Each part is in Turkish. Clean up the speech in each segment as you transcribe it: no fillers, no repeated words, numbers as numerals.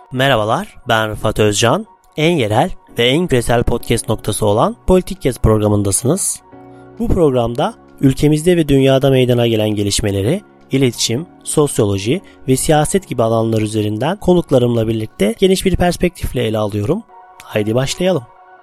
Merhabalar, ben Rıfat Özcan. En yerel ve en küresel podcast noktası olan Politikcast programındasınız. Bu programda ülkemizde ve dünyada meydana gelen gelişmeleri, iletişim, sosyoloji ve siyaset gibi alanlar üzerinden konuklarımla birlikte geniş bir perspektifle ele alıyorum. Haydi başlayalım.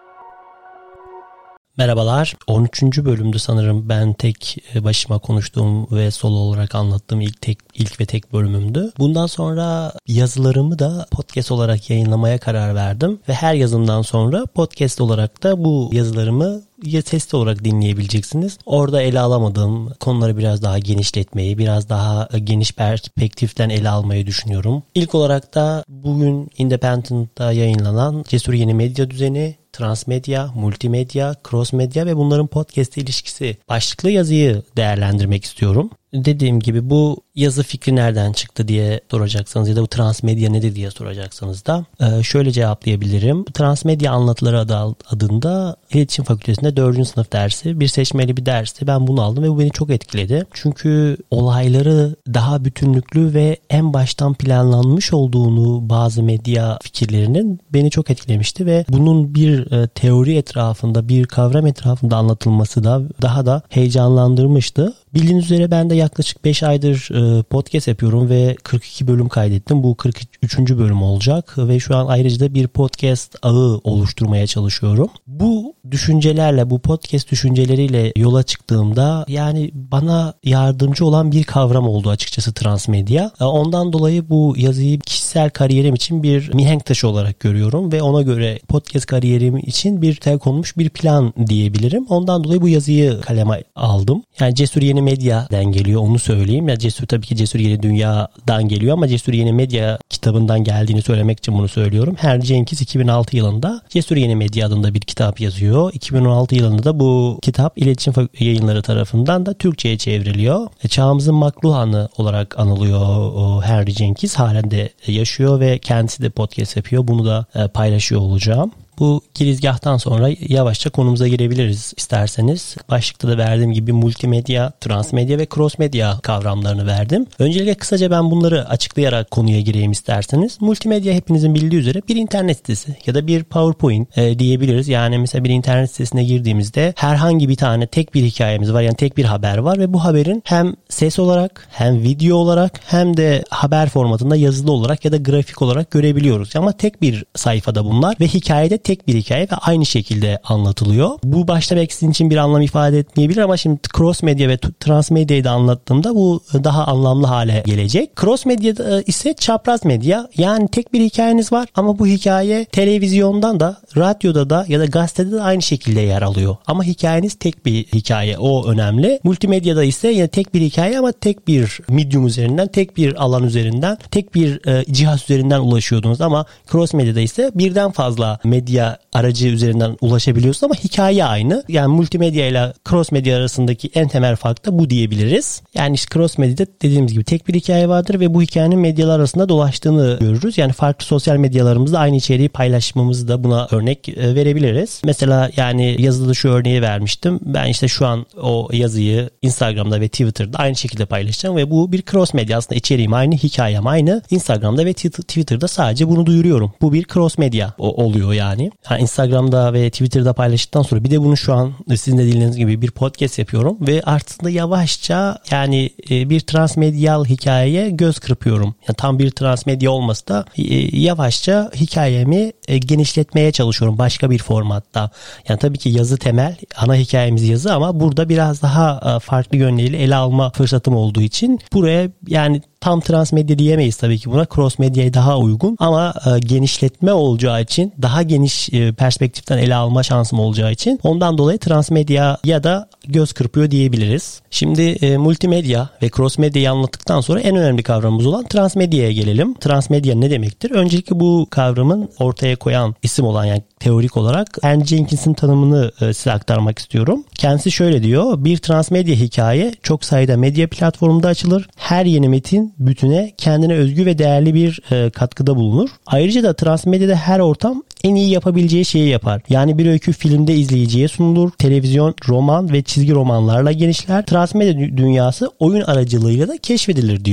Merhabalar, 13. bölümdü sanırım ben tek başıma konuştuğum ve solo olarak anlattığım ilk ve tek bölümümdü. Bundan sonra yazılarımı da podcast olarak yayınlamaya karar verdim ve her yazımdan sonra podcast olarak da bu yazılarımı sesli olarak dinleyebileceksiniz. Orada ele alamadığım konuları biraz daha genişletmeyi, biraz daha geniş perspektiften ele almayı düşünüyorum. İlk olarak da bugün Independent'ta yayınlanan Cesur Yeni Medya Düzeni, transmedya, multimedya, crossmedya ve bunların podcast ilişkisi başlıklı yazıyı değerlendirmek istiyorum. Dediğim gibi bu yazı fikri nereden çıktı diye soracaksanız ya da bu transmedya nedir diye soracaksanız da şöyle cevaplayabilirim. Transmedya anlatıları adında İletişim Fakültesi'nde 4. sınıf dersi, bir seçmeli bir dersi. Ben bunu aldım ve bu beni çok etkiledi. Çünkü olayları daha bütünlüklü ve en baştan planlanmış olduğunu bazı medya fikirlerinin beni çok etkilemişti ve bunun bir teori etrafında, bir kavram etrafında anlatılması da daha da heyecanlandırmıştı. Bildiğiniz üzere ben de yaklaşık 5 aydır podcast yapıyorum ve 42 bölüm kaydettim. Bu 43. bölüm olacak ve şu an ayrıca da bir podcast ağı oluşturmaya çalışıyorum. Bu düşüncelerle, bu podcast düşünceleriyle yola çıktığımda yani bana yardımcı olan bir kavram oldu açıkçası transmedya. Ondan dolayı bu yazıyı kişisel kariyerim için bir mihenk taşı olarak görüyorum ve ona göre podcast kariyerim için bir tel konmuş bir plan diyebilirim. Ondan dolayı bu yazıyı kaleme aldım. Yani Cesur Yeni Medya'dan geliyor, onu söyleyeyim. Ya Cesur tabii ki Cesur Yeni Dünya'dan geliyor ama Cesur Yeni Medya kitabından geldiğini söylemek için bunu söylüyorum. Henry Jenkins 2006 yılında Cesur Yeni Medya adında bir kitap yazıyor. 2016 yılında da bu kitap İletişim Yayınları tarafından da Türkçe'ye çevriliyor. Çağımızın makruhanı olarak anılıyor o Henry Jenkins. Halen de yaşıyor ve kendisi de podcast yapıyor. Bunu da paylaşıyor olacağım. Bu girizgahtan sonra yavaşça konumuza girebiliriz isterseniz. Başlıkta da verdiğim gibi multimedya, transmedya ve crossmedya kavramlarını verdim. Öncelikle kısaca ben bunları açıklayarak konuya gireyim isterseniz. Multimedya hepinizin bildiği üzere bir internet sitesi ya da bir PowerPoint diyebiliriz. Yani mesela bir internet sitesine girdiğimizde herhangi bir tane tek bir hikayemiz var, yani tek bir haber var ve bu haberin hem ses olarak hem video olarak hem de haber formatında yazılı olarak ya da grafik olarak görebiliyoruz. Ama tek bir sayfada bunlar ve hikayede tek bir hikaye ve aynı şekilde anlatılıyor. Bu başta belki sizin için bir anlam ifade etmeyebilir ama şimdi cross medya ve trans medyayı da anlattığımda bu daha anlamlı hale gelecek. Cross medya ise çapraz medya. Yani tek bir hikayeniz var ama bu hikaye televizyondan da, radyoda da ya da gazetede de aynı şekilde yer alıyor. Ama hikayeniz tek bir hikaye. O önemli. Multimedyada ise yine tek bir hikaye ama tek bir medium üzerinden, tek bir alan üzerinden, tek bir cihaz üzerinden ulaşıyordunuz ama cross medyada ise birden fazla medya aracı üzerinden ulaşabiliyorsunuz ama hikaye aynı. Yani multimedya ile cross medya arasındaki en temel fark da bu diyebiliriz. Yani işte cross medyada dediğimiz gibi tek bir hikaye vardır ve bu hikayenin medyalar arasında dolaştığını görürüz. Yani farklı sosyal medyalarımızda aynı içeriği paylaşmamızı da buna örnek verebiliriz. Mesela yani yazıda şu örneği vermiştim. Ben işte şu an o yazıyı Instagram'da ve Twitter'da aynı şekilde paylaşacağım ve bu bir cross medya. Aslında içeriğim aynı, hikayem aynı. Instagram'da ve Twitter'da sadece bunu duyuruyorum. Bu bir cross medya oluyor yani. Instagram'da ve Twitter'da paylaştıktan sonra bir de bunu şu an sizin de dediğiniz gibi bir podcast yapıyorum ve aslında yavaşça yani bir transmedyal hikayeye göz kırpıyorum. Yani tam bir transmedya olmasa da yavaşça hikayemi genişletmeye çalışıyorum başka bir formatta. Yani tabii ki yazı temel, ana hikayemiz yazı ama burada biraz daha farklı yönleriyle ele alma fırsatım olduğu için buraya yani tam transmedya diyemeyiz tabii ki buna. Cross medyaya daha uygun ama genişletme olacağı için, daha geniş perspektiften ele alma şansım olacağı için ondan dolayı transmedya ya da göz kırpıyor diyebiliriz. Şimdi multimedya ve cross medyayı anlattıktan sonra en önemli kavramımız olan transmedyaya gelelim. Transmedya ne demektir? Öncelikle bu kavramın ortaya koyan isim olan yani teorik olarak Henry Jenkins'in tanımını size aktarmak istiyorum. Kendisi şöyle diyor: bir transmedya hikaye çok sayıda medya platformunda açılır. Her yeni metin bütüne kendine özgü ve değerli bir katkıda bulunur. Ayrıca da transmedyada her ortam en iyi yapabileceği şeyi yapar. Yani bir öykü filmde izleyiciye sunulur. Televizyon, roman ve çizgi romanlarla genişler. Transmedya dünyası oyun aracılığıyla da keşfedilir diyor.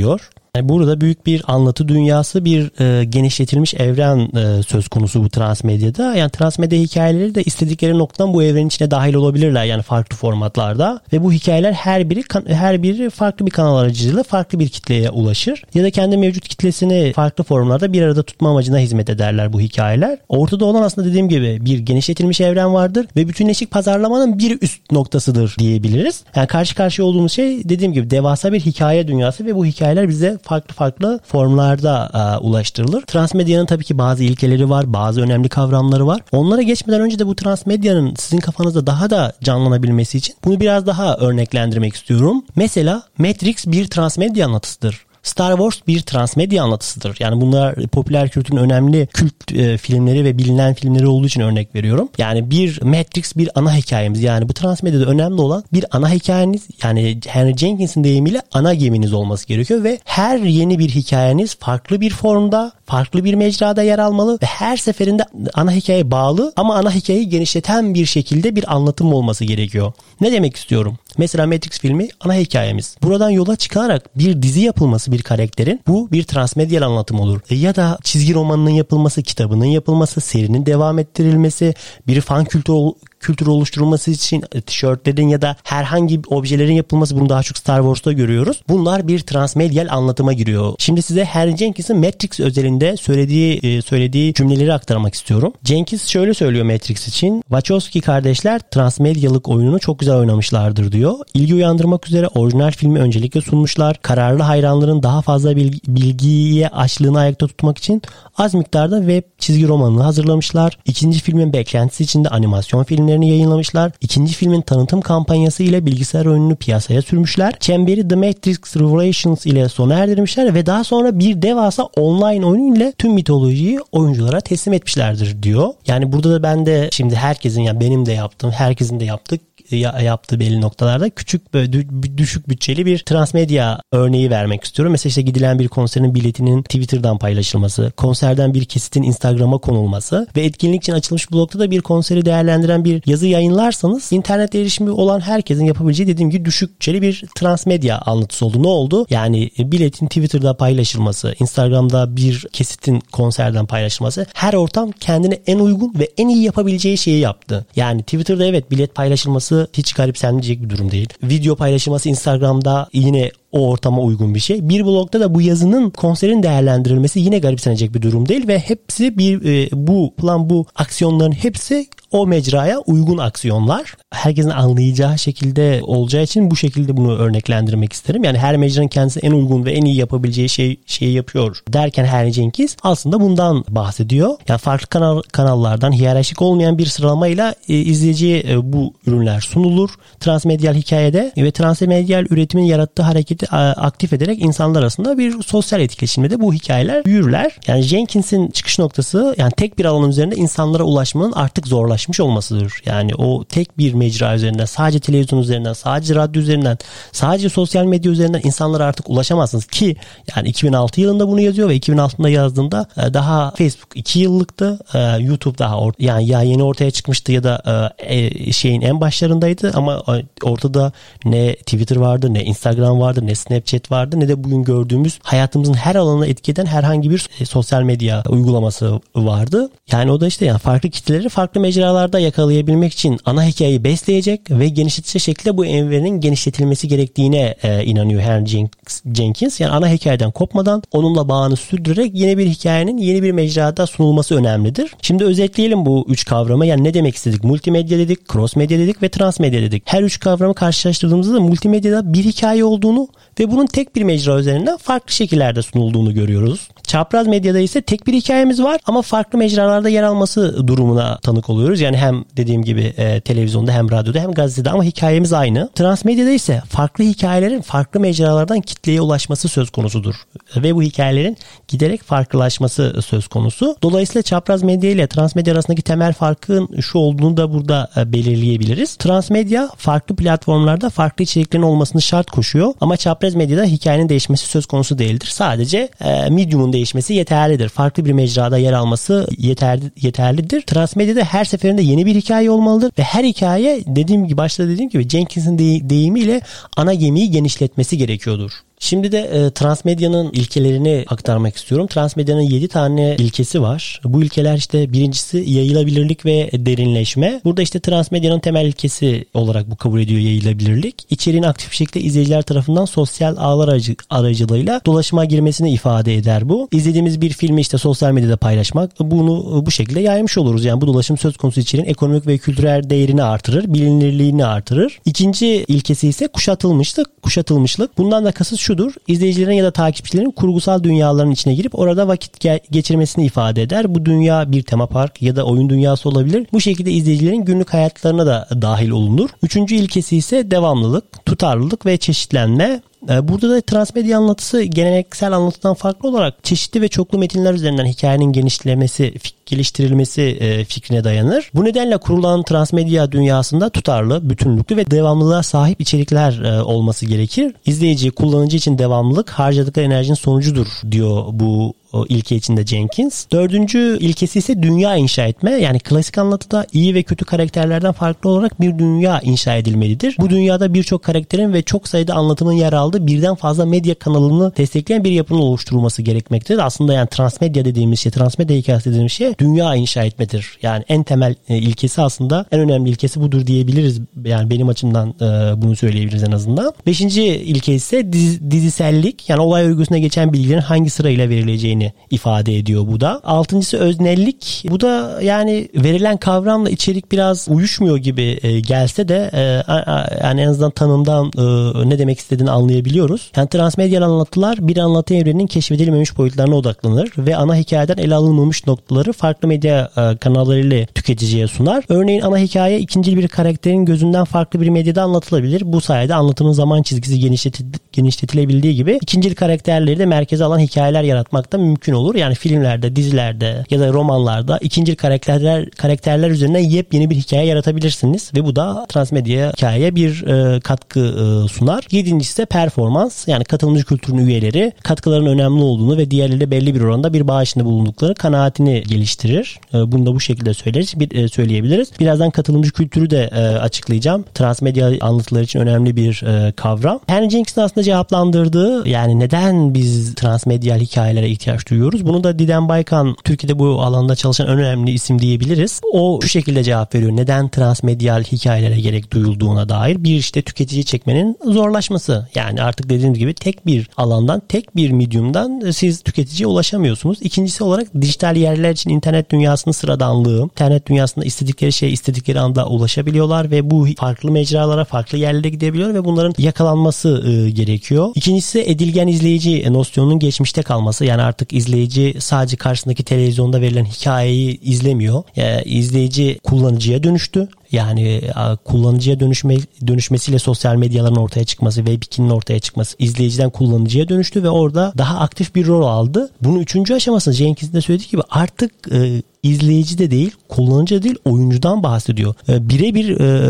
Yani burada büyük bir anlatı dünyası, bir genişletilmiş evren söz konusu bu transmedyada. Yani transmedya hikayeleri de istedikleri noktadan bu evrenin içine dahil olabilirler. Yani farklı formatlarda ve bu hikayeler her biri farklı bir kanal aracılığıyla farklı bir kitleye ulaşır. Ya da kendi mevcut kitlesini farklı formlarda bir arada tutma amacına hizmet ederler bu hikayeler. Ortada olan aslında dediğim gibi bir genişletilmiş evren vardır ve bütünleşik pazarlamanın bir üst noktasıdır diyebiliriz. Yani karşı karşıya olduğumuz şey dediğim gibi devasa bir hikaye dünyası ve bu hikayeler bize farklı formlarda ulaştırılır. Transmedyanın tabii ki bazı ilkeleri var, bazı önemli kavramları var. Onlara geçmeden önce de bu transmedyanın sizin kafanızda daha da canlanabilmesi için bunu biraz daha örneklendirmek istiyorum. Mesela Matrix bir transmedya anlatısıdır. Star Wars bir transmedya anlatısıdır. Yani bunlar popüler kültürün önemli kült filmleri ve bilinen filmleri olduğu için örnek veriyorum. Yani bir Matrix bir ana hikayemiz. Yani bu transmedyada önemli olan bir ana hikayeniz, yani Henry Jenkins'in deyimiyle ana geminiz olması gerekiyor ve her yeni bir hikayeniz farklı bir formda, farklı bir mecrada yer almalı ve her seferinde ana hikayeye bağlı ama ana hikayeyi genişleten bir şekilde bir anlatım olması gerekiyor. Ne demek istiyorum? Mesela Matrix filmi ana hikayemiz. Buradan yola çıkarak bir dizi yapılması bir karakterin, bu bir transmedyal anlatım olur. Ya da çizgi romanının yapılması, kitabının yapılması, serinin devam ettirilmesi, bir fan kültürü oluşturulması için tişörtlerin ya da herhangi bir objelerin yapılması, bunu daha çok Star Wars'ta görüyoruz. Bunlar bir transmedyal anlatıma giriyor. Şimdi size Henry Jenkins'in Matrix özelinde söylediği cümleleri aktarmak istiyorum. Jenkins şöyle söylüyor Matrix için: Wachowski kardeşler transmedyalık oyununu çok güzel oynamışlardır diyor. İlgi uyandırmak üzere orijinal filmi öncelikle sunmuşlar. Kararlı hayranların daha fazla bilgiye açlığını ayakta tutmak için az miktarda web çizgi romanını hazırlamışlar. İkinci filmin beklentisi için de animasyon filmlerini yayınlamışlar. İkinci filmin tanıtım kampanyası ile bilgisayar oyununu piyasaya sürmüşler. Çemberi The Matrix Revelations ile sona erdirmişler ve daha sonra bir devasa online oyun ile tüm mitolojiyi oyunculara teslim etmişlerdir diyor. Yani burada da ben de şimdi herkesin, yani benim de yaptığım, herkesin de yaptığı belli noktalarda küçük böyle düşük bütçeli bir transmedya örneği vermek istiyorum. Mesela işte gidilen bir konserin biletinin Twitter'dan paylaşılması, konserden bir kesitin Instagram'a konulması ve etkinlik için açılmış blogda da bir konseri değerlendiren bir yazı yayınlarsanız internet erişimi olan herkesin yapabileceği, dediğim gibi düşük bütçeli bir transmedya anlatısı oldu. Ne oldu? Yani biletin Twitter'da paylaşılması, Instagram'da bir kesitin konserden paylaşılması, her ortam kendine en uygun ve en iyi yapabileceği şeyi yaptı. Yani Twitter'da evet bilet paylaşılması hiç garipsenmeyecek bir durum değil. Video paylaşılması Instagram'da yine o ortama uygun bir şey. Bir blogda da bu yazının, konserin değerlendirilmesi yine garipsenecek bir durum değil ve hepsi bu aksiyonların hepsi o mecraya uygun aksiyonlar. Herkesin anlayacağı şekilde olacağı için bu şekilde bunu örneklendirmek isterim. Yani her mecranın kendisine en uygun ve en iyi yapabileceği şeyi yapıyor derken Henry Jenkins aslında bundan bahsediyor. Yani farklı kanallardan hiyerarşik olmayan bir sıralamayla izleyiciye bu ürünler sunulur transmedyal hikayede ve transmedyal üretimin yarattığı hareketi aktif ederek insanlar arasında bir sosyal etkileşimde de bu hikayeler büyürler. Yani Jenkins'in çıkış noktası, yani tek bir alan üzerinde insanlara ulaşmanın artık zorlaşmış olmasıdır. Yani o tek bir mecra üzerinden, sadece televizyon üzerinden, sadece radyo üzerinden, sadece sosyal medya üzerinden insanlara artık ulaşamazsınız ki yani 2006 yılında bunu yazıyor ve 2006'da yazdığında daha Facebook 2 yıllıktı. YouTube daha yani yeni ortaya çıkmıştı ya da şeyin en başlarındaydı ama ortada ne Twitter vardı, ne Instagram vardı, ne Snapchat vardı, ne de bugün gördüğümüz hayatımızın her alanına etki eden herhangi bir sosyal medya uygulaması vardı. Yani o da işte yani farklı kitleleri farklı mecralarda yakalayabilmek için ana hikayeyi besleyecek ve genişletecek şekilde bu evrenin genişletilmesi gerektiğine inanıyor Henry Jenkins. Yani ana hikayeden kopmadan onunla bağını sürdürerek yeni bir hikayenin yeni bir mecrada sunulması önemlidir. Şimdi özetleyelim bu üç kavramı. Yani ne demek istedik? Multimedya dedik, cross medya dedik ve transmedya dedik. Her üç kavramı karşılaştırdığımızda da multimedyada bir hikaye olduğunu ve bunun tek bir mecra üzerinden farklı şekillerde sunulduğunu görüyoruz. Çapraz medyada ise tek bir hikayemiz var ama farklı mecralarda yer alması durumuna tanık oluyoruz. Yani hem dediğim gibi televizyonda hem radyoda hem gazetede ama hikayemiz aynı. Transmedyada ise farklı hikayelerin farklı mecralardan kitleye ulaşması söz konusudur. Ve bu hikayelerin giderek farklılaşması söz konusu. Dolayısıyla çapraz medya ile transmedya arasındaki temel farkın şu olduğunu da burada belirleyebiliriz. Transmedya farklı platformlarda farklı içeriklerin olmasını şart koşuyor ama çapraz medyada hikayenin değişmesi söz konusu değildir. Sadece medium'un değişmesi yeterlidir. Farklı bir mecrada yer alması yeterlidir. Transmedyada her seferinde yeni bir hikaye olmalıdır ve her hikaye başta dediğim gibi Jenkins'in deyimiyle ana gemiyi genişletmesi gerekiyordur. Şimdi de transmedyanın ilkelerini aktarmak istiyorum. Transmedyanın 7 tane ilkesi var. Bu ilkeler işte birincisi yayılabilirlik ve derinleşme. Burada işte transmedyanın temel ilkesi olarak bu kabul ediyor yayılabilirlik. İçeriğin aktif bir şekilde izleyiciler tarafından sosyal ağlar aracılığıyla dolaşıma girmesini ifade eder bu. İzlediğimiz bir filmi işte sosyal medyada paylaşmak, bunu bu şekilde yaymış oluruz. Yani bu dolaşım söz konusu içeriğin ekonomik ve kültürel değerini artırır, bilinirliğini artırır. İkinci ilkesi ise kuşatılmışlık. Bundan da kasıt şudur: İzleyicilerin ya da takipçilerin kurgusal dünyaların içine girip orada vakit geçirmesini ifade eder. Bu dünya bir tema park ya da oyun dünyası olabilir. Bu şekilde izleyicilerin günlük hayatlarına da dahil olunur. Üçüncü ilkesi ise devamlılık, tutarlılık ve çeşitlenme. Burada da transmedya anlatısı geleneksel anlatıdan farklı olarak çeşitli ve çoklu metinler üzerinden hikayenin geliştirilmesi fikrine dayanır. Bu nedenle kurulan transmedya dünyasında tutarlı, bütünlüklü ve devamlılığa sahip içerikler olması gerekir. İzleyici, kullanıcı için devamlılık harcadıkları enerjinin sonucudur diyor bu ilke içinde Jenkins. Dördüncü ilkesi ise dünya inşa etme. Yani klasik anlatıda iyi ve kötü karakterlerden farklı olarak bir dünya inşa edilmelidir. Bu dünyada birçok karakterin ve çok sayıda anlatımın yer aldığı birden fazla medya kanalını destekleyen bir yapının oluşturulması gerekmektedir. Aslında yani transmedya dediğimiz şey, transmedya hikayesi dediğimiz şey dünya inşa etmedir. Yani en temel ilkesi, aslında en önemli ilkesi budur diyebiliriz. Yani benim açımdan bunu söyleyebiliriz en azından. Beşinci ilke ise dizisellik. Yani olay örgüsüne geçen bilgilerin hangi sırayla verileceğini ifade ediyor bu da. Altıncısı öznellik. Bu da yani verilen kavramla içerik biraz uyuşmuyor gibi gelse de yani en azından tanımdan ne demek istediğini anlayabiliyoruz. Yani transmedyal anlatılar bir anlatı evreninin keşfedilmemiş boyutlarına odaklanır ve ana hikayeden ele alınmamış noktaları farklı medya kanallarıyla tüketiciye sunar. Örneğin ana hikaye ikinci bir karakterin gözünden farklı bir medyada anlatılabilir. Bu sayede anlatımın zaman çizgisi genişletilebildiği gibi ikincil karakterleri de merkeze alan hikayeler yaratmak da mümkün olur. Yani filmlerde, dizilerde ya da romanlarda ikincil karakterler üzerinden yepyeni bir hikaye yaratabilirsiniz ve bu da transmedya hikayeye bir katkı sunar. Yedincisi ise performans. Yani katılımcı kültürün üyeleri katkıların önemli olduğunu ve diğerleriyle belli bir oranda bir bağ içinde bulundukları kanaatini geliştirir. Bunu da bu şekilde söyleyebiliriz. Birazdan katılımcı kültürü de açıklayacağım. Transmedya anlatılar için önemli bir kavram. Henry Jenkins'in aslında cevaplandırdığı, yani neden biz transmedyal hikayelere ihtiyaç duyuyoruz? Bunu da Didem Baykan, Türkiye'de bu alanda çalışan önemli isim diyebiliriz. O şu şekilde cevap veriyor. Neden transmedyal hikayelere gerek duyulduğuna dair. Bir, işte tüketiciyi çekmenin zorlaşması. Yani artık dediğim gibi tek bir alandan, tek bir medyumdan siz tüketiciye ulaşamıyorsunuz. İkincisi olarak dijital yerler için internet dünyasının sıradanlığı. İnternet dünyasında istedikleri şeye istedikleri anda ulaşabiliyorlar ve bu farklı mecralara, farklı yerlere gidebiliyor ve bunların yakalanması gerekiyor. İkincisi edilgen izleyici nosyonunun geçmişte kalması. Yani artık izleyici sadece karşısındaki televizyonda verilen hikayeyi izlemiyor. İzleyici kullanıcıya dönüştü. Yani kullanıcıya dönüşmesiyle sosyal medyaların ortaya çıkması, Web2'nin ortaya çıkması izleyiciden kullanıcıya dönüştü ve orada daha aktif bir rol aldı. Bunun üçüncü aşamasında Jenkins'in de söylediği gibi artık izleyici de değil, kullanıcı da değil, oyuncudan bahsediyor. Birebir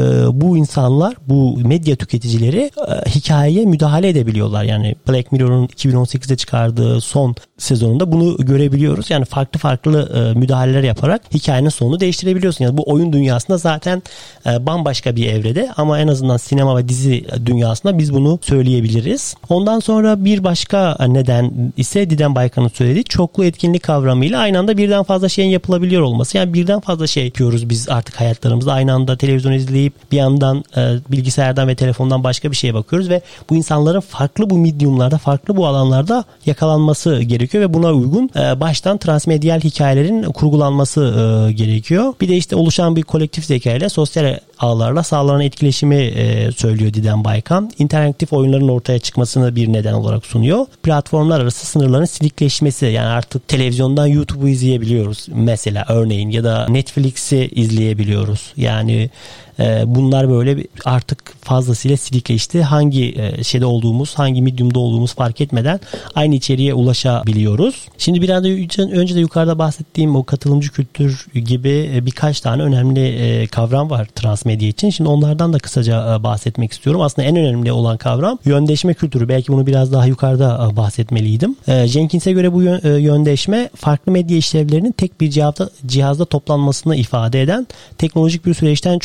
bu insanlar, bu medya tüketicileri hikayeye müdahale edebiliyorlar. Yani Black Mirror'ın 2018'de çıkardığı son sezonunda bunu görebiliyoruz. Yani farklı müdahaleler yaparak hikayenin sonunu değiştirebiliyorsun. Yani bu oyun dünyasında zaten bambaşka bir evrede, ama en azından sinema ve dizi dünyasında biz bunu söyleyebiliriz. Ondan sonra bir başka neden ise Didem Baykan'ın söylediği çoklu etkinlik kavramıyla aynı anda birden fazla şeyin yapılabiliyor olması. Yani birden fazla şey yapıyoruz biz artık hayatlarımızda. Aynı anda televizyon izleyip bir yandan bilgisayardan ve telefondan başka bir şeye bakıyoruz ve bu insanların farklı bu medyumlarda, farklı bu alanlarda yakalanması gerekiyor ve buna uygun baştan transmedyal hikayelerin kurgulanması gerekiyor. Bir de işte oluşan bir kolektif zeka ile sosyal ağlarla sağlanan etkileşimi söylüyor Didem Baykan. İnteraktif oyunların ortaya çıkmasını bir neden olarak sunuyor. Platformlar arası sınırların silikleşmesi, yani artık televizyondan YouTube'u izleyebiliyoruz mesela örneğin, ya da Netflix'i izleyebiliyoruz. Yani bunlar böyle artık fazlasıyla silikleşti. Hangi şeyde olduğumuz, hangi medyumda olduğumuz fark etmeden aynı içeriğe ulaşabiliyoruz. Şimdi biraz önce de yukarıda bahsettiğim o katılımcı kültür gibi birkaç tane önemli kavram var transmedya için. Şimdi onlardan da kısaca bahsetmek istiyorum. Aslında en önemli olan kavram yöndeşme kültürü. Belki bunu biraz daha yukarıda bahsetmeliydim. Jenkins'e göre bu yöndeşme farklı medya işlevlerinin tek bir cihazda toplanmasını ifade eden teknolojik bir süreçten çok tüketici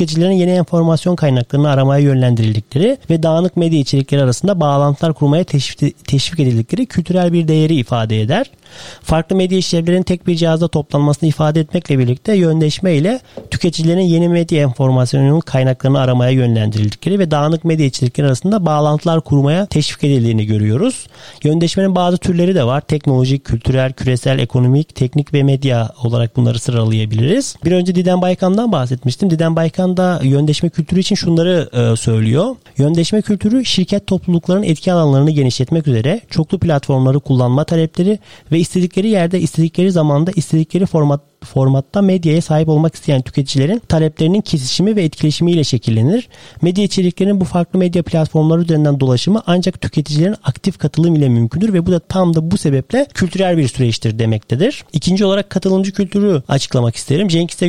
tüketicilerin yeni enformasyon kaynaklarını aramaya yönlendirildikleri ve dağınık medya içerikleri arasında bağlantılar kurmaya teşvik edildikleri kültürel bir değeri ifade eder. Farklı medya işlevlerinin tek bir cihazda toplanmasını ifade etmekle birlikte yöndeşme ile tüketicilerin yeni medya enformasyonunun kaynaklarını aramaya yönlendirildikleri ve dağınık medya içerikleri arasında bağlantılar kurmaya teşvik edildiğini görüyoruz. Yöndeşmenin bazı türleri de var. Teknolojik, kültürel, küresel, ekonomik, teknik ve medya olarak bunları sıralayabiliriz. Bir önce Didem Baykan'dan bahsetmiştim. Didem Baykan da yöndeşme kültürü için şunları söylüyor. Yöndeşme kültürü şirket topluluklarının etki alanlarını genişletmek üzere çoklu platformları kullanma talepleri ve istedikleri yerde, istedikleri zamanda, istedikleri formatta medyaya sahip olmak isteyen tüketicilerin taleplerinin kesişimi ve etkileşimiyle şekillenir. Medya içeriklerinin bu farklı medya platformları üzerinden dolaşımı ancak tüketicilerin aktif katılım ile mümkündür ve bu da tam da bu sebeple kültürel bir süreçtir demektedir. İkinci olarak katılımcı kültürü açıklamak isterim. Cenkis'e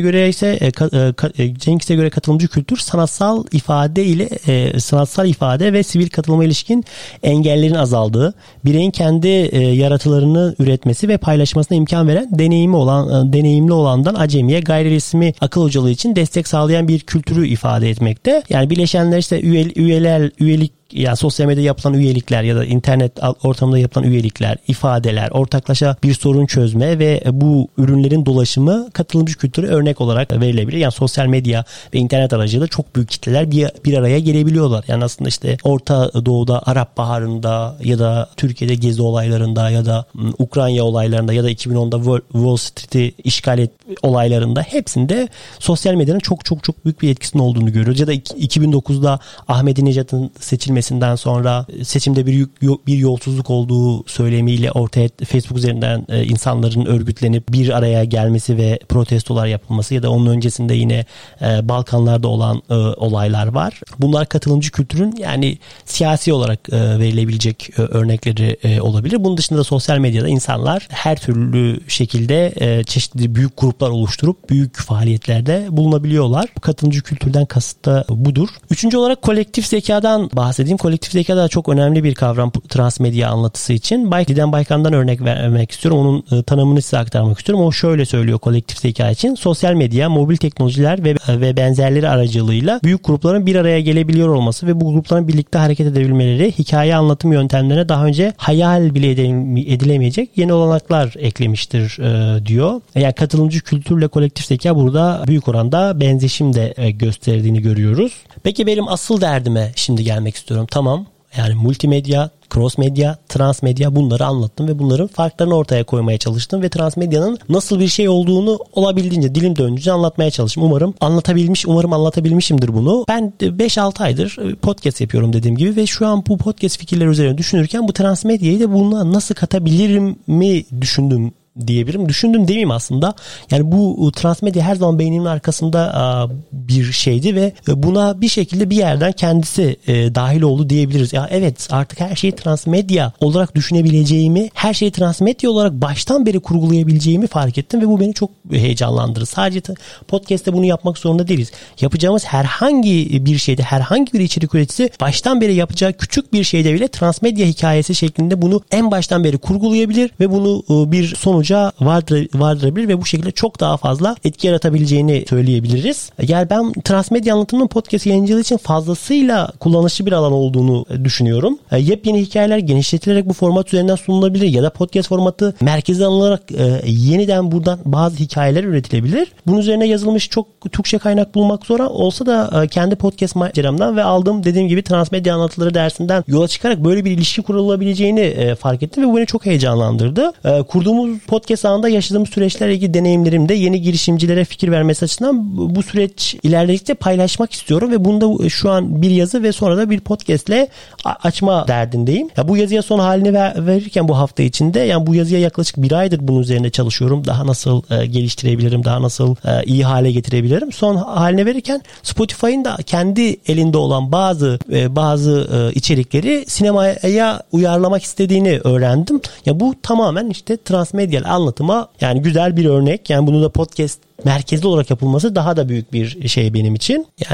göre katılımcı kültür sanatsal ifade ve sivil katılıma ilişkin engellerin azaldığı, bireyin kendi yaratılarını üretmesi ve paylaşmasına imkan veren deneyimli olandan acemiye gayri resmi akıl hocalığı için destek sağlayan bir kültürü ifade etmekte. Yani bileşenler işte üyelik, yani sosyal medyada yapılan üyelikler ya da internet ortamında yapılan üyelikler, ifadeler, ortaklaşa bir sorun çözme ve bu ürünlerin dolaşımı katılımcı kültürü örnek olarak verilebilir. Yani sosyal medya ve internet aracılığıyla çok büyük kitleler bir araya gelebiliyorlar. Yani aslında işte Orta Doğu'da, Arap Baharı'nda ya da Türkiye'de gezi olaylarında ya da Ukrayna olaylarında ya da 2010'da Wall Street'i işgal olaylarında hepsinde sosyal medyanın çok büyük bir etkisinin olduğunu görüyoruz. Ya da 2009'da Ahmadinejad'ın seçilmesinden sonra seçimde bir yolsuzluk olduğu söylemiyle ortaya Facebook üzerinden insanların örgütlenip bir araya gelmesi ve protestolar yapılması ya da onun öncesinde yine Balkanlarda olan olaylar var. Bunlar katılımcı kültürün yani siyasi olarak verilebilecek örnekleri olabilir. Bunun dışında da sosyal medyada insanlar her türlü şekilde çeşitli büyük gruplar oluşturup büyük faaliyetlerde bulunabiliyorlar. Bu katılımcı kültürden kasıt da budur. Üçüncü olarak kolektif zekadan bahsedeyim. Kolektif zeka da çok önemli bir kavram transmedya anlatısı için. Didem Baykan'dan örnek vermek istiyorum. Onun tanımını size aktarmak istiyorum. O şöyle söylüyor kolektif zeka için. Sosyal medya, mobil teknolojiler ve benzerleri aracılığıyla büyük grupların bir araya gelebiliyor olması ve bu grupların birlikte hareket edebilmeleri hikaye anlatım yöntemlerine daha önce hayal bile edilemeyecek yeni olanaklar eklemiştir diyor. Yani katılımcı kültürle kolektif zeka burada büyük oranda benzeşim de gösterdiğini görüyoruz. Peki benim asıl derdime şimdi gelmek istiyorum. Tamam, yani multimedya, cross medya, transmedya bunları anlattım ve bunların farklarını ortaya koymaya çalıştım ve transmedyanın nasıl bir şey olduğunu olabildiğince dilim döndüğünce anlatmaya çalıştım. Umarım anlatabilmişimdir bunu. Ben 5-6 aydır podcast yapıyorum dediğim gibi ve şu an bu podcast fikirleri üzerine düşünürken bu transmedyayı da buna nasıl katabilirim mi düşündüm diyebilirim. Düşündüm demeyeyim aslında. Yani bu transmedya her zaman beynimin arkasında bir şeydi ve buna bir şekilde bir yerden kendisi dahil oldu diyebiliriz. Ya evet, artık her şeyi transmedya olarak düşünebileceğimi, her şeyi transmedya olarak baştan beri kurgulayabileceğimi fark ettim ve bu beni çok heyecanlandırdı. Sadece podcast'te bunu yapmak zorunda değiliz. Yapacağımız herhangi bir şeyde, herhangi bir içerik üreticisi baştan beri yapacağı küçük bir şeyde bile transmedya hikayesi şeklinde bunu en baştan beri kurgulayabilir ve bunu bir sonuca vardırabilir ve bu şekilde çok daha fazla etki yaratabileceğini söyleyebiliriz. Yani ben transmedya anlatımının podcast yayıncılığı için fazlasıyla kullanışlı bir alan olduğunu düşünüyorum. Yepyeni hikayeler genişletilerek bu format üzerinden sunulabilir ya da podcast formatı merkeze alınarak yeniden buradan bazı hikayeler üretilebilir. Bunun üzerine yazılmış çok Türkçe kaynak bulmak zor olsa da kendi podcast maceramdan ve aldığım dediğim gibi transmedya anlatıları dersinden yola çıkarak böyle bir ilişki kurulabileceğini fark ettim ve bu beni çok heyecanlandırdı. Kurduğumuz podcast ağında yaşadığımız süreçlerle ilgili deneyimlerimde yeni girişimcilere fikir vermesi açısından bu süreç ilerledikçe paylaşmak istiyorum ve bunu da şu an bir yazı ve sonra da bir podcastle açma derdindeyim. Ya bu yazıya son halini verirken bu hafta içinde, yani bu yazıya yaklaşık bir aydır bunun üzerine çalışıyorum. Daha nasıl geliştirebilirim, daha nasıl iyi hale getirebilirim. Son haline verirken Spotify'ın da kendi elinde olan bazı içerikleri sinemaya uyarlamak istediğini öğrendim. Ya bu tamamen işte transmedyal anlatıma yani güzel bir örnek. Yani bunu da podcast merkezli olarak yapılması daha da büyük bir şey benim için. Yani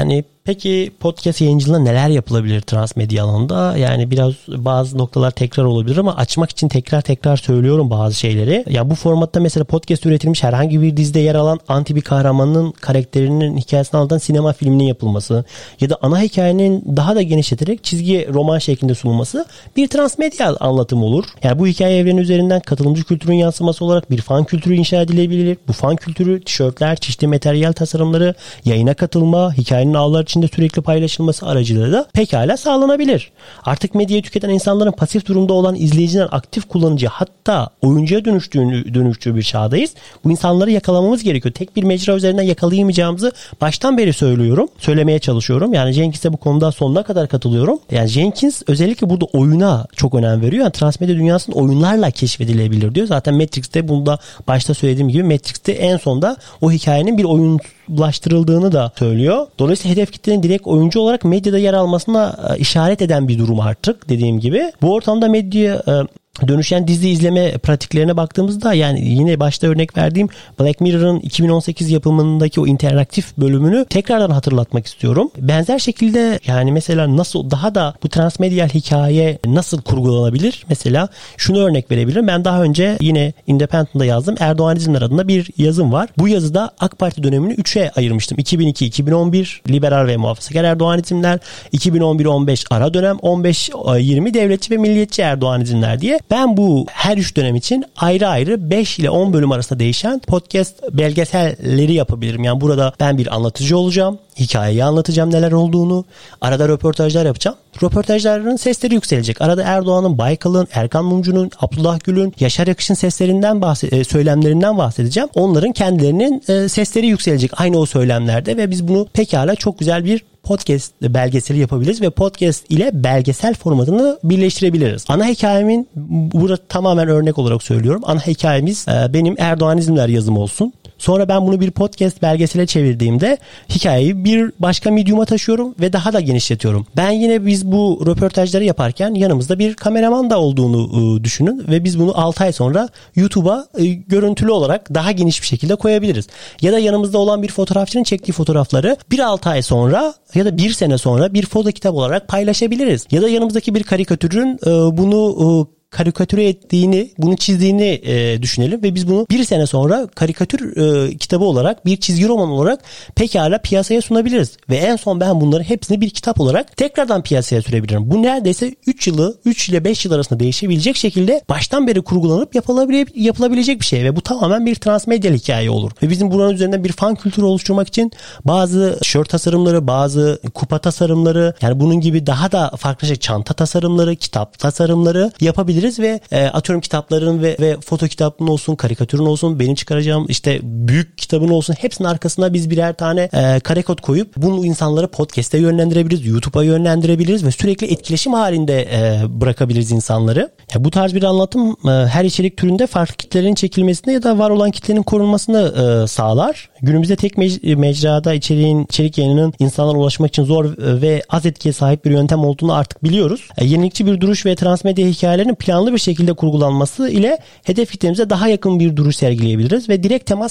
Peki podcast yayıncılığında neler yapılabilir transmedya alanında? Yani bazı noktalar tekrar olabilir ama açmak için tekrar söylüyorum bazı şeyleri. Ya bu formatta mesela podcast üretilmiş herhangi bir dizide yer alan anti bir kahramanın karakterinin hikayesini anlatan sinema filminin yapılması ya da ana hikayenin daha da genişleterek çizgi roman şeklinde sunulması bir transmedya anlatımı olur. Yani bu hikaye evreni üzerinden katılımcı kültürün yansıması olarak bir fan kültürü inşa edilebilir. Bu fan kültürü tişörtler, çeşitli materyal tasarımları, yayına katılma, hikayenin ağlar içinde sürekli paylaşılması aracılığıyla da pekala sağlanabilir. Artık medyayı tüketen insanların pasif durumda olan izleyiciden aktif kullanıcı hatta oyuncuya dönüştüğü bir çağdayız. Bu insanları yakalamamız gerekiyor. Tek bir mecra üzerinden yakalayamayacağımızı baştan beri söylemeye çalışıyorum. Yani Jenkins'e bu konuda sonuna kadar katılıyorum. Yani Jenkins özellikle burada oyuna çok önem veriyor. Yani transmedya dünyasının oyunlarla keşfedilebilir diyor. Zaten Matrix'te bunu da başta söylediğim gibi Matrix'te en sonda o hikayenin bir oyunlaştırıldığını da söylüyor. Dolayısıyla hedef kitlenin direkt oyuncu olarak medyada yer almasına işaret eden bir durum artık dediğim gibi. Bu ortamda medya dönüşen dizi izleme pratiklerine baktığımızda yani yine başta örnek verdiğim Black Mirror'ın 2018 yapımındaki o interaktif bölümünü tekrardan hatırlatmak istiyorum. Benzer şekilde yani mesela nasıl daha da bu transmedyal hikaye nasıl kurgulanabilir? Mesela şunu örnek verebilirim. Ben daha önce yine Independent'da yazdım. Erdoğanizmler adında bir yazım var. Bu yazıda AK Parti dönemini 3'e ayırmıştım. 2002-2011 liberal ve muhafazakar Erdoğanizmler, 2011-15 ara dönem, 15-20 devletçi ve milliyetçi Erdoğanizmler diye. Ben bu her 3 dönem için ayrı 5 ile 10 bölüm arasında değişen podcast belgeselleri yapabilirim. Yani burada ben bir anlatıcı olacağım. Hikayeyi anlatacağım neler olduğunu. Arada röportajlar yapacağım. Röportajların sesleri yükselecek. Arada Erdoğan'ın, Baykal'ın, Erkan Mumcu'nun, Abdullah Gül'ün, Yaşar Yakış'ın söylemlerinden bahsedeceğim. Onların kendilerinin sesleri yükselecek aynı o söylemlerde ve biz bunu pekala çok güzel bir podcast belgeseli yapabiliriz ve podcast ile belgesel formatını birleştirebiliriz. Ana hikayemin burada tamamen örnek olarak söylüyorum. Ana hikayemiz benim Erdoğanizmler yazım olsun. Sonra ben bunu bir podcast belgesele çevirdiğimde hikayeyi bir başka medyuma taşıyorum ve daha da genişletiyorum. Biz bu röportajları yaparken yanımızda bir kameraman da olduğunu düşünün ve biz bunu 6 ay sonra YouTube'a görüntülü olarak daha geniş bir şekilde koyabiliriz. Ya da yanımızda olan bir fotoğrafçının çektiği fotoğrafları 6 ay sonra ya da 1 sene sonra bir foto kitap olarak paylaşabiliriz. Ya da yanımızdaki bir karikatürün bunu karikatüre ettiğini, bunu çizdiğini düşünelim ve biz bunu 1 sene sonra karikatür kitabı olarak, bir çizgi roman olarak pekala piyasaya sunabiliriz. Ve en son ben bunları hepsini bir kitap olarak tekrardan piyasaya sürebilirim. Bu neredeyse 3 ile 5 yıl arasında değişebilecek şekilde baştan beri kurgulanıp yapılabilecek bir şey ve bu tamamen bir transmedyal hikaye olur. Ve bizim buranın üzerinden bir fan kültürü oluşturmak için bazı tişört tasarımları, bazı kupa tasarımları, yani bunun gibi daha da farklı çanta tasarımları, kitap tasarımları yapabiliriz ve atıyorum kitapların ve foto kitabının olsun, karikatürün olsun, benim çıkaracağım işte büyük kitabın olsun, hepsinin arkasına biz birer tane kare kod koyup bunu insanları podcast'e yönlendirebiliriz, YouTube'a yönlendirebiliriz ve sürekli etkileşim halinde bırakabiliriz insanları. Ya bu tarz bir anlatım her içerik türünde farklı kitlelerin çekilmesini ya da var olan kitlenin korunmasını sağlar. Günümüzde tek mecrada içerik yayınının insanlara ulaşmak için zor ve az etkiye sahip bir yöntem olduğunu artık biliyoruz. Yenilikçi bir duruş ve transmedya hikayelerinin planlı bir şekilde kurgulanması ile hedef kitlemize daha yakın bir duruş sergileyebiliriz ve direkt temas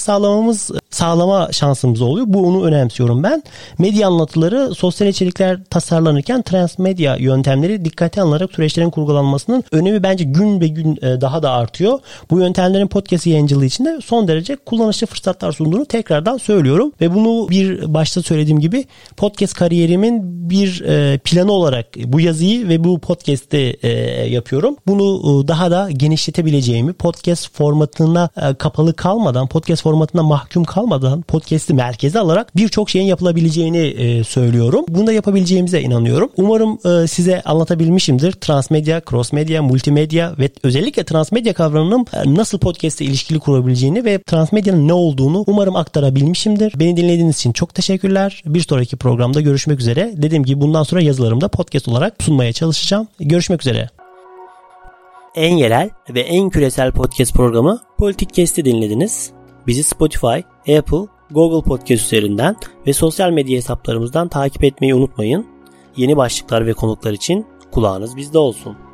sağlama şansımız oluyor. Bunu önemsiyorum ben. Medya anlatıları, sosyal içerikler tasarlanırken transmedya yöntemleri dikkate alınarak süreçlerin kurgulanmasının önemi bence gün be gün daha da artıyor. Bu yöntemlerin podcast yayıncılığı için de son derece kullanışlı fırsatlar sunduğunu tekrardan söylüyorum ve bunu bir başta söylediğim gibi podcast kariyerimin bir planı olarak bu yazıyı ve bu podcast'i yapıyorum. Bunu daha da genişletebileceğimi, podcast formatına kapalı kalmadan, podcast formatına mahkum kalmadan podcast'i merkeze alarak birçok şeyin yapılabileceğini söylüyorum. Bunu da yapabileceğimize inanıyorum. Umarım size anlatabilmişimdir. Transmedya, crossmedya, multimedya ve özellikle transmedya kavramının nasıl podcast'e ilişkili kurabileceğini ve transmedyanın ne olduğunu umarım aktarabilmişimdir. Beni dinlediğiniz için çok teşekkürler. Bir sonraki programda görüşmek üzere. Dediğim gibi bundan sonra yazılarımda podcast olarak sunmaya çalışacağım. Görüşmek üzere. En yerel ve en küresel podcast programı Politikcast'i dinlediniz. Bizi Spotify, Apple, Google Podcast üzerinden ve sosyal medya hesaplarımızdan takip etmeyi unutmayın. Yeni başlıklar ve konuklar için kulağınız bizde olsun.